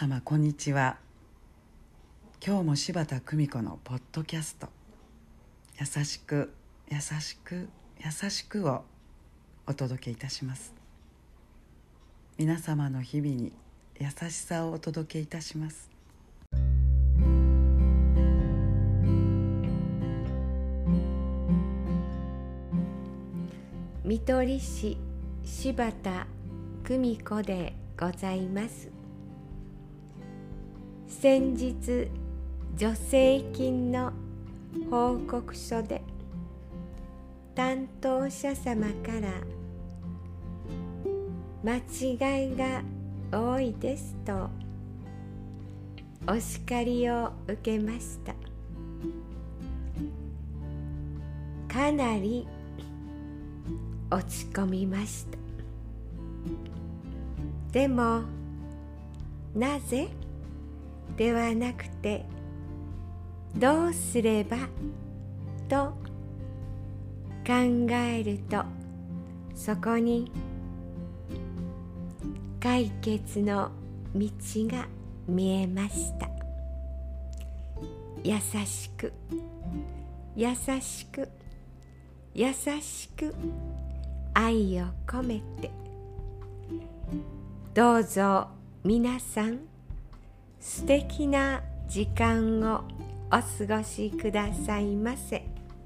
様こんにちは。今日も柴田久美子のポッドキャスト優しく優しく優しくをお届けいたします。皆様の日々に優しさをお届けいたします。 看取り師柴田久美子でございます。先日助成金の報告書で担当者様から間違いが多いですとお叱りを受けました。かなり落ち込みました。でもなぜではなくてどうすればと考えるとそこに解決の道が見えました。優しく優しく優しく愛を込めてどうぞ皆さん素敵な時間をお過ごしくださいませ。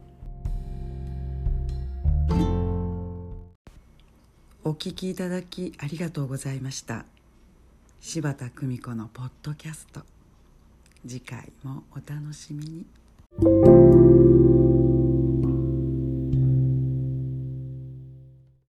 お聞きいただきありがとうございました。柴田久美子のポッドキャスト、次回もお楽しみに。